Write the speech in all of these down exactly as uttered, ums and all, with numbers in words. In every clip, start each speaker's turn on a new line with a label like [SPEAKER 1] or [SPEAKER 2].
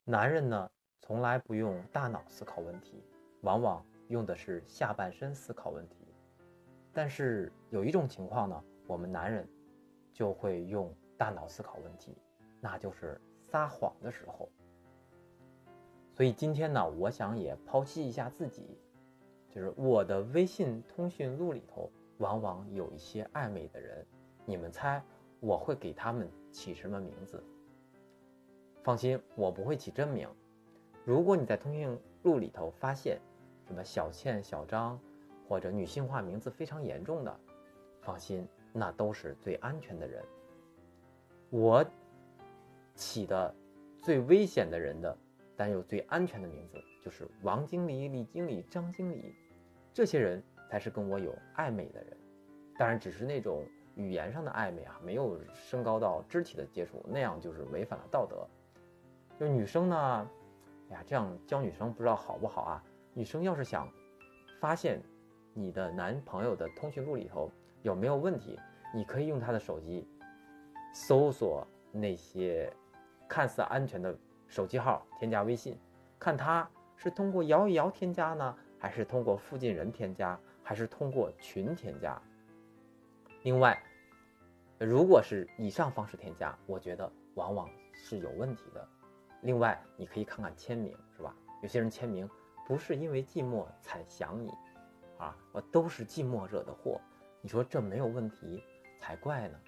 [SPEAKER 1] 男人呢，从来不用大脑思考问题，往往用的是下半身思考问题。但是有一种情况呢，我们男人就会用大脑思考问题，那就是撒谎的时候。所以今天呢，我想也剖析一下自己，就是我的微信通讯录里头，往往有一些暧昧的人，你们猜我会给他们起什么名字？放心，我不会起真名。如果你在通讯录里头发现什么小倩、小张，或者女性化名字非常严重的，放心，那都是最安全的人。我起的最危险的人的，但又最安全的名字，就是王经理、李经理、张经理，这些人才是跟我有暧昧的人。当然，只是那种语言上的暧昧啊，没有升高到肢体的接触，那样就是违反了道德。就女生呢，哎呀，这样教女生不知道好不好啊？女生要是想发现你的男朋友的通讯录里头有没有问题，你可以用他的手机搜索那些看似安全的手机号，添加微信，看他是通过摇一摇添加呢，还是通过附近人添加，还是通过群添加。另外，如果是以上方式添加，我觉得往往是有问题的。另外，你可以看看签名，是吧？有些人签名不是因为寂寞才想你，啊，我都是寂寞惹的祸。你说这没有问题才怪呢。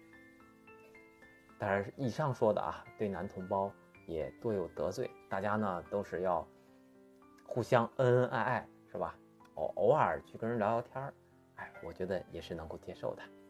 [SPEAKER 1] 当然，以上说的啊，对男同胞也多有得罪。大家呢都是要互相恩恩爱爱，是吧？偶偶尔去跟人聊聊天儿，哎，我觉得也是能够接受的。